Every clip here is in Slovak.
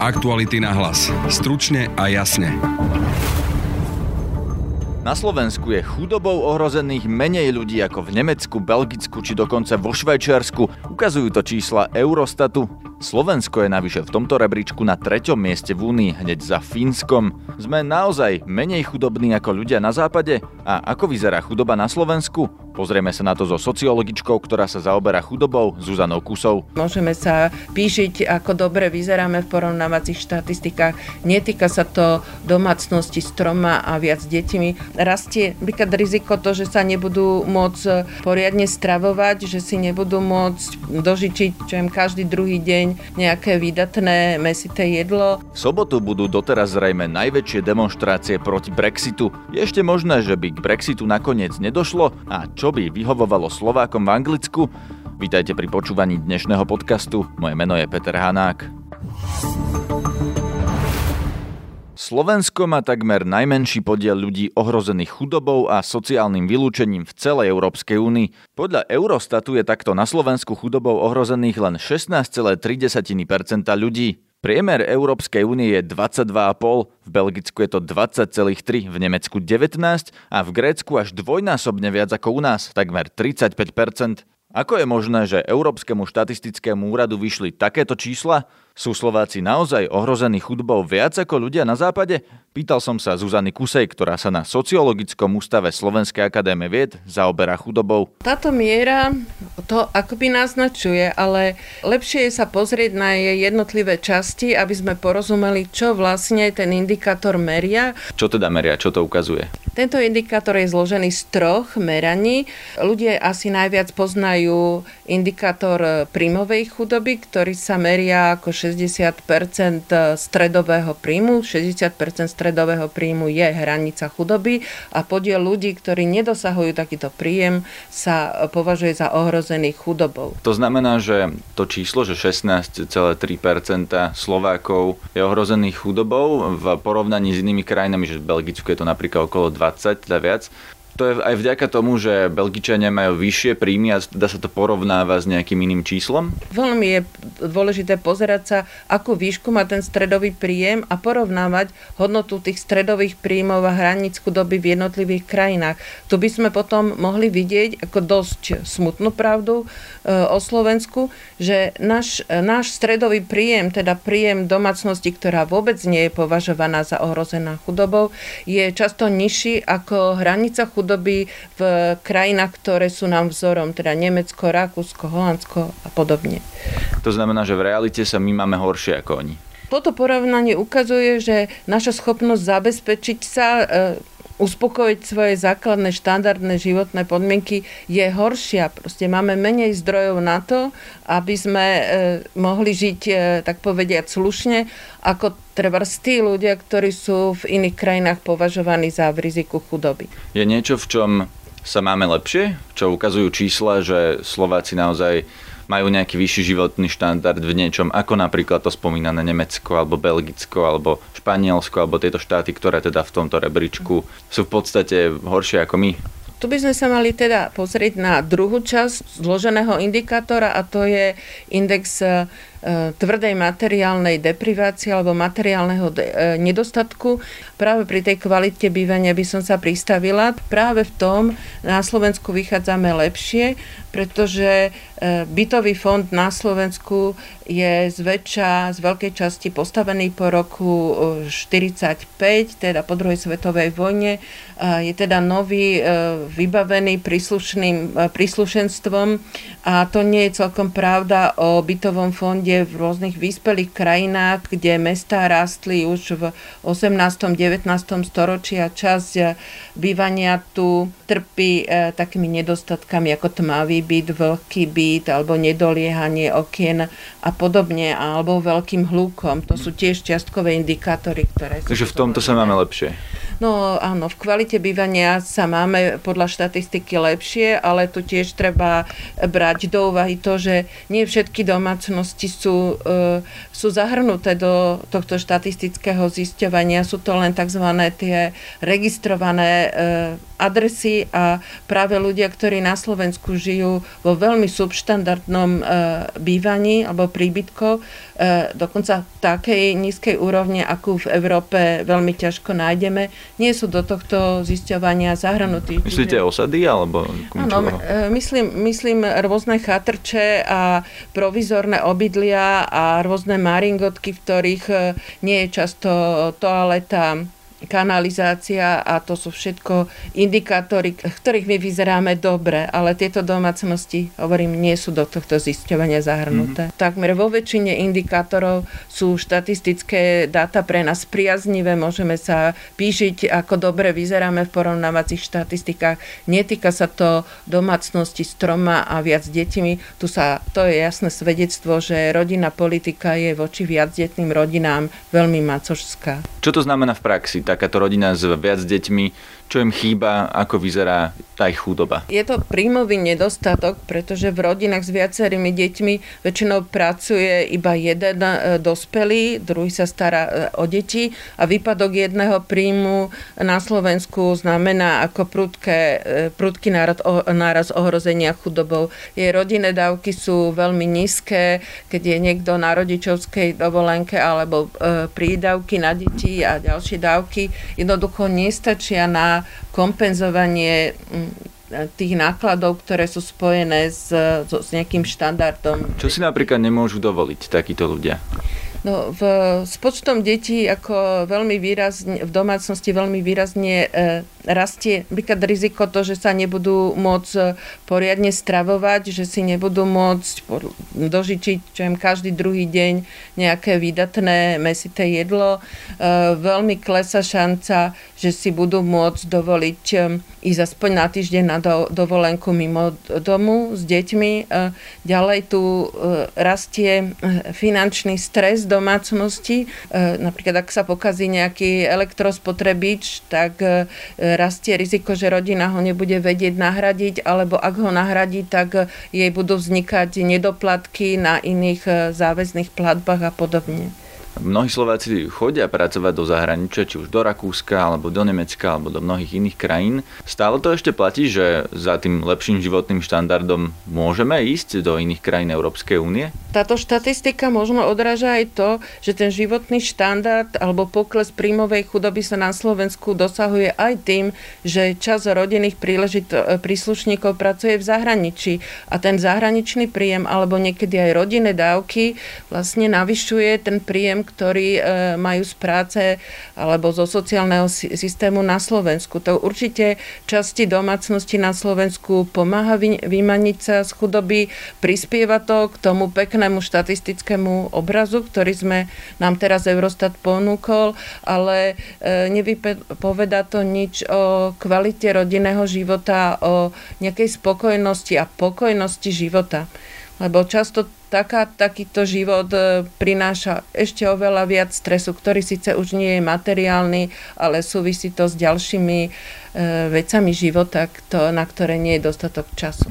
Aktuality na hlas. Stručne a jasne. Na Slovensku je chudobou ohrozených menej ľudí ako v Nemecku, Belgicku či dokonca vo Švajčiarsku. Ukazujú to čísla Eurostatu. Slovensko je navyše v tomto rebríčku na 3. mieste v Únii, hneď za Fínskom. Sme naozaj menej chudobní ako ľudia na západe? A ako vyzerá chudoba na Slovensku? Pozrieme sa na to so sociologičkou, ktorá sa zaoberá chudobou, Zuzanou Kusou. Môžeme sa píšiť, ako dobre vyzeráme v porovnávacích štatistikách. Netýka sa to domácnosti s 3 a viac deťmi. Rastie napríklad riziko to, že sa nebudú môcť poriadne stravovať, že si nebudú môcť dožičiť každý druhý deň nejaké výdatné mäsité jedlo. V sobotu budú doteraz zrejme najväčšie demonštrácie proti Brexitu. Je ešte možné, že by k Brexitu nakoniec nedošlo? A čo by vyhovovalo Slovákom v Anglicku? Vítajte pri počúvaní dnešného podcastu. Moje meno je Peter Hanák. Slovensko má takmer najmenší podiel ľudí ohrozených chudobou a sociálnym vylúčením v celej Európskej únii. Podľa Eurostatu je takto na Slovensku chudobou ohrozených len 16,3% ľudí. Priemer Európskej únie je 22,5%, v Belgicku je to 20,3%, v Nemecku 19% a v Grécku až dvojnásobne viac ako u nás, takmer 35%. Ako je možné, že Európskemu štatistickému úradu vyšli takéto čísla? Sú Slováci naozaj ohrození chudobou viac ako ľudia na západe? Pýtal som sa Zuzany Kusej, ktorá sa na Sociologickom ústave Slovenskej akadémie vied zaoberá chudobou. Táto miera to akoby naznačuje, ale lepšie je sa pozrieť na jej jednotlivé časti, aby sme porozumeli, čo vlastne ten indikátor meria. Čo teda meria? Čo to ukazuje? Tento indikátor je zložený z 3 meraní. Ľudia asi najviac poznajú indikátor príjmovej chudoby, ktorý sa meria ako 60% stredového príjmu. 60% stredového príjmu je hranica chudoby a podiel ľudí, ktorí nedosahujú takýto príjem, sa považuje za ohrozený chudobou. To znamená, že to číslo, že 16,3% Slovákov je ohrozených chudobou v porovnaní s inými krajinami, že v Belgicku je to napríklad okolo 20, teda viac. To je aj vďaka tomu, že Belgičania majú vyššie príjmy a dá sa to porovnáva s nejakým iným číslom? Veľmi je dôležité pozerať sa, akú výšku má ten stredový príjem a porovnávať hodnotu tých stredových príjmov a hraníc chudoby v jednotlivých krajinách. Tu by sme potom mohli vidieť ako dosť smutnú pravdu o Slovensku, že náš stredový príjem, teda príjem domácnosti, ktorá vôbec nie je považovaná za ohrozená chudobou, je často nižší ako hranica chudoby v krajinách, ktoré sú nám vzorom, teda Nemecko, Rakúsko, Holandsko a podobne. To znamená, že v realite sa my máme horšie ako oni. Toto porovnanie ukazuje, že naša schopnosť zabezpečiť sa, uspokojiť svoje základné štandardné životné podmienky je horšia. Proste máme menej zdrojov na to, aby sme mohli žiť, tak povediať, slušne, ako treba tí ľudia, ktorí sú v iných krajinách považovaní za v riziku chudoby. Je niečo, v čom sa máme lepšie? Čo ukazujú čísla, že Slováci naozaj majú nejaký vyšší životný štandard v niečom, ako napríklad to spomínané Nemecko, alebo Belgicko, alebo Španielsko, alebo tieto štáty, ktoré teda v tomto rebríčku sú v podstate horšie ako my? Tu by sme sa mali teda pozrieť na druhú časť zloženého indikátora a to je index tvrdej materiálnej deprivácie alebo materiálneho nedostatku. Práve pri tej kvalite bývania by som sa pristavila. Práve v tom na Slovensku vychádzame lepšie, pretože bytový fond na Slovensku je z veľkej časti postavený po roku 45, teda po druhej svetovej vojne. Je teda nový, vybavený príslušenstvom a to nie je celkom pravda o bytovom fonde v rôznych vyspelých krajinách, kde mestá rástli už v 18. 19. storočí a časť bývania tu trpí takými nedostatkami ako tmavý byt, vlhký byt alebo nedoliehanie okien a podobne, alebo veľkým hlukom. To sú tiež čiastkové indikátory, ktoré... Takže v tomto sa máme lepšie. No áno, v kvalite bývania sa máme podľa štatistiky lepšie, ale tu tiež treba brať do úvahy to, že nie všetky domácnosti sú zahrnuté do tohto štatistického zisťovania. Sú to len tzv. Tie registrované adresy a práve ľudia, ktorí na Slovensku žijú vo veľmi subštandardnom bývaní alebo príbytkoch, dokonca takej nízkej úrovne, akú v Európe veľmi ťažko nájdeme, nie sú do tohto zisťovania zahrnutí. Myslíte osady alebo áno, myslím rôzne chatrče a provizorné obydlia a rôzne maringotky, v ktorých nie je často toaleta, kanalizácia a to sú všetko indikátory, ktorých my vyzeráme dobre, ale tieto domácnosti, hovorím, nie sú do tohto zisťovania zahrnuté. Takmer vo väčšine indikátorov sú štatistické dáta pre nás priaznivé, môžeme sa píšiť, ako dobre vyzeráme v porovnávacích štatistikách. Netýka sa to domácnosti s 3 a viac deťmi. To je jasné svedectvo, že rodinná politika je voči viacdetným rodinám veľmi macožská. Čo to znamená v praxi? Takáto rodina s viac deťmi, čo im chýba, ako vyzerá tá ich chudoba? Je to príjmový nedostatok, pretože v rodinách s viacerými deťmi väčšinou pracuje iba jeden dospelý, druhý sa stará o deti a výpadok jedného príjmu na Slovensku znamená ako prudký náraz ohrozenia chudobou. Jej rodinné dávky sú veľmi nízke, keď je niekto na rodičovskej dovolenke alebo prídavky na deti a ďalšie dávky jednoducho nestačia na kompenzovanie tých nákladov, ktoré sú spojené s nejakým štandardom. Čo si napríklad nemôžu dovoliť takíto ľudia? No, s počtom detí ako veľmi výrazne, v domácnosti veľmi výrazne rastie napríklad riziko to, že sa nebudú môcť poriadne stravovať, že si nebudú môcť dožičiť každý druhý deň nejaké výdatné mäsité jedlo. Veľmi klesá šanca, že si budú môcť dovoliť ísť aspoň na týždeň na dovolenku mimo domu s deťmi. Ďalej tu rastie finančný stres domácnosti. Napríklad, ak sa pokazí nejaký elektrospotrebič, tak rastie riziko, že rodina ho nebude vedieť nahradiť, alebo ak ho nahradí, tak jej budú vznikať nedoplatky na iných záväzných platbách a podobne. Mnohí Slováci chodia pracovať do zahraničia, či už do Rakúska, alebo do Nemecka, alebo do mnohých iných krajín. Stále to ešte platí, že za tým lepším životným štandardom môžeme ísť do iných krajín Európskej únie? Táto štatistika možno odráža aj to, že ten životný štandard alebo pokles príjmovej chudoby sa na Slovensku dosahuje aj tým, že časť rodinných príslušníkov pracuje v zahraničí a ten zahraničný príjem alebo niekedy aj rodinné dávky vlastne navyšuje ten príjem, ktorí majú z práce alebo zo sociálneho systému na Slovensku. To určite časti domácnosti na Slovensku pomáha vymaniť sa z chudoby, prispieva to k tomu peknému štatistickému obrazu, ktorý nám teraz Eurostat ponúkol, ale nevypovedá to nič o kvalite rodinného života, o nejakej spokojnosti a pokojnosti života. Lebo často takýto život prináša ešte oveľa viac stresu, ktorý síce už nie je materiálny, ale súvisí to s ďalšími vecami života, na ktoré nie je dostatok času.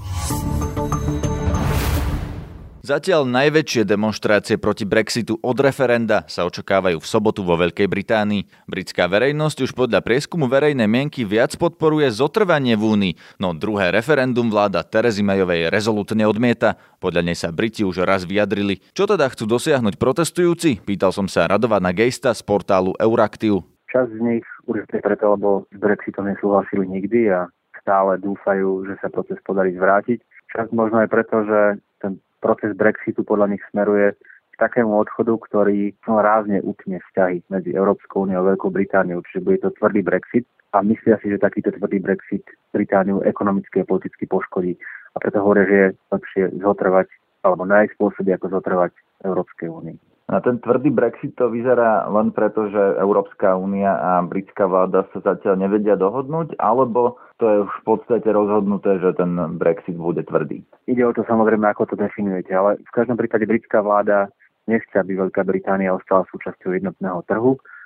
Zatiaľ najväčšie demonštrácie proti Brexitu od referenda sa očakávajú v sobotu vo Veľkej Británii. Britská verejnosť už podľa prieskumu verejnej mienky viac podporuje zotrvanie v Únii, no druhé referendum vláda Terezy Mayovej rezolútne odmieta. Podľa nej sa Briti už raz vyjadrili. Čo teda chcú dosiahnuť protestujúci? Pýtal som sa Radovana Gejsta z portálu Euraktiv. Časť z nich určite preto, lebo s Brexitom nesúhlasili nikdy a stále dúfajú, že sa proces podarí zvrátiť. Časť možno aj preto, že ten proces Brexitu podľa nich smeruje k takému odchodu, ktorý rázne utne vzťahy medzi Európskou úniou a Veľkou Britániou, čiže bude to tvrdý Brexit a myslia si, že takýto tvrdý Brexit Britániu ekonomicky a politicky poškodí. A preto hovoria, že je lepšie zotrvať alebo nájsť spôsoby, ako zotrvať Európskej únii. A ten tvrdý Brexit to vyzerá len preto, že Európska únia a britská vláda sa zatiaľ nevedia dohodnúť, alebo to je už v podstate rozhodnuté, že ten Brexit bude tvrdý? Ide o to samozrejme, ako to definujete, ale v každom prípade britská vláda nechce, aby Veľká Británia ostala súčasťou jednotného trhu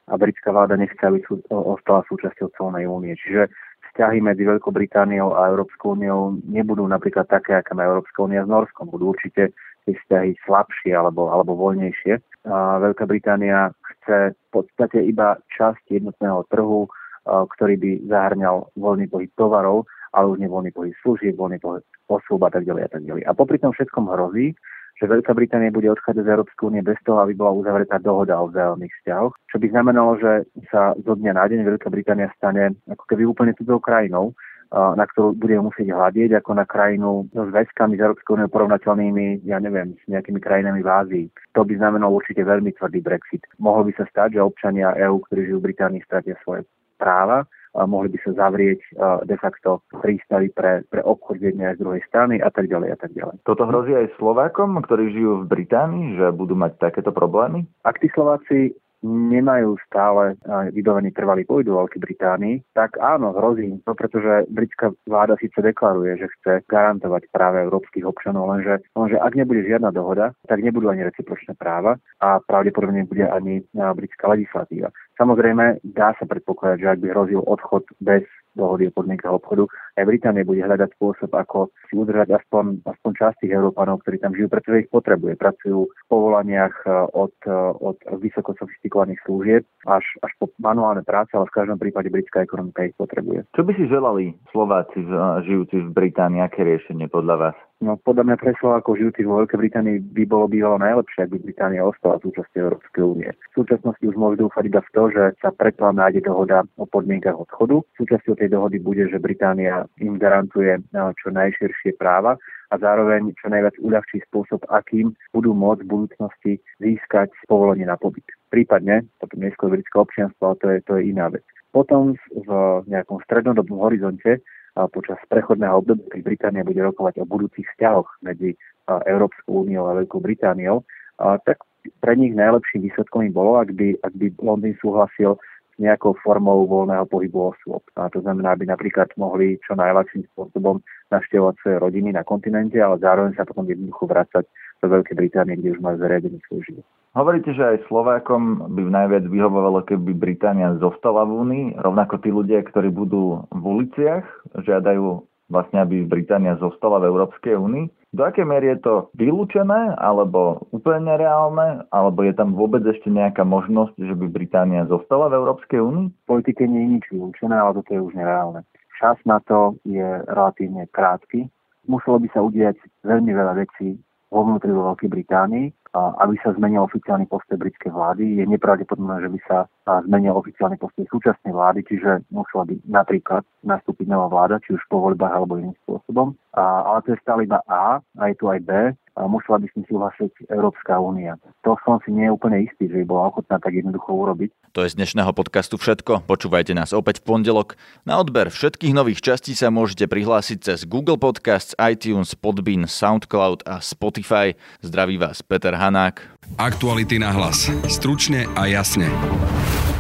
a britská vláda nechce, aby ostala súčasťou colnej únie. Čiže vzťahy medzi Veľkou Britániou a Európskou úniou nebudú napríklad také, aké má Európska únia s Norskom. Budú určite tie vzťahy slabšie alebo voľnejšie. A Veľká Británia chce v podstate iba časť jednotného trhu, ktorý by zahrňal voľný pohyb tovarov, ale už nie voľný pohyb služieb, voľný pohyb osôb a tak ďalej a tak ďalej. A popri tom všetkom hrozí, že Veľká Británia bude odchádzať z Európskej únie bez toho, aby bola uzavretá dohoda o vzájomných vzťahoch, čo by znamenalo, že sa zo dňa na deň Veľká Británia stane ako keby úplne cudzou krajinou, na ktorú budeme musieť hľadieť ako na krajinu s väzkami z Európskej únie porovnateľnými, s nejakými krajinami v Ázii. To by znamenalo určite veľmi tvrdý Brexit. Mohlo by sa stať, že občania EÚ, ktorí žijú v Británii, stratia svoje práva, mohli by sa zavrieť de facto prístavy pre obchod z jednej a z druhej strany a tak ďalej a tak ďalej. Toto hrozí aj Slovákom, ktorí žijú v Británii, že budú mať takéto problémy? Ak tí Slováci nemajú stále vybavený trvalý pobyt do Veľkej Británii, tak áno, hrozí to, pretože britská vláda síce deklaruje, že chce garantovať práve európskych občanov, lenže ak nebude žiadna dohoda, tak nebudú ani recipročné práva a pravdepodobne nebude ani britská legislatíva. Samozrejme, dá sa predpokladať, že ak by hrozil odchod bez dohody o podmienkach obchodu, aj Británia bude hľadať spôsob, ako si udržať aspoň časť tých Európanov, ktorí tam žijú, pretože ich potrebuje. Pracujú v povolaniach od vysoko sofistikovaných služieb až po manuálne práce, ale v každom prípade britská ekonomika ich potrebuje. Čo by si želali Slováci žijúci v Británii, aké riešenie podľa vás? No, podľa mňa pre Slovákov žijúcich vo Veľkej Británii by bolo bývalo najlepšie, ak by Británia ostala súčasťou Európskej únie. V súčasnosti už môžu dúfať iba v to, že sa predtým nájde dohoda o podmienkach odchodu. Súčasťou tej dohody bude, že Británia im garantuje čo najširšie práva a zároveň čo najviac uľahčí spôsob, akým budú môcť v budúcnosti získať povolenie na pobyt. Prípadne potom neskôr britské občianstvo, ale to je iná vec. Potom v nejakom strednodobom horizonte počas prechodného obdobia, keď Británia bude rokovať o budúcich vzťahoch medzi Európskou úniou a Veľkou Britániou, tak pre nich najlepším výsledkom by bolo, ak by Londýn súhlasil s nejakou formou voľného pohybu osôb. A to znamená, aby napríklad mohli čo najľahším spôsobom navštevovať svoje rodiny na kontinente, ale zároveň sa potom jednoducho vracať do Veľkej Británie, kde už majú zariadený svoj život. Hovoríte, že aj Slovákom by najviac vyhovovalo, keby Británia zostala v Únii, rovnako tí ľudia, ktorí budú v uliciach, žiadajú vlastne, aby Británia zostala v Európskej únii. Do akej miery je to vylúčené, alebo úplne reálne, alebo je tam vôbec ešte nejaká možnosť, že by Británia zostala v Európskej únii? V politike nie je nič vylúčené, ale toto je už nereálne. Čas na to je relatívne krátky. Muselo by sa udiať veľmi veľa vecí vo vnútri vo Veľkej Británii, aby sa zmenil oficiálny postoj britskej vlády. Je nepravdepodobné, že by sa zmenil oficiálny postoj súčasnej vlády, čiže musela by napríklad nastúpiť nová vláda, či už po voľbách alebo iným spôsobom. Ale to je stále iba A, a je tu aj B. Musela by s tým súhlasiť Európska únia. To som si nie je úplne istý, že by bola ochotná tak jednoducho urobiť. To je z dnešného podcastu všetko. Počúvajte nás opäť v pondelok. Na odber všetkých nových častí sa môžete prihlásiť cez Google Podcasts, iTunes, Podbean, SoundCloud a Spotify. Zdraví vás Peter Hanák. Aktuality na hlas. Stručne a jasne.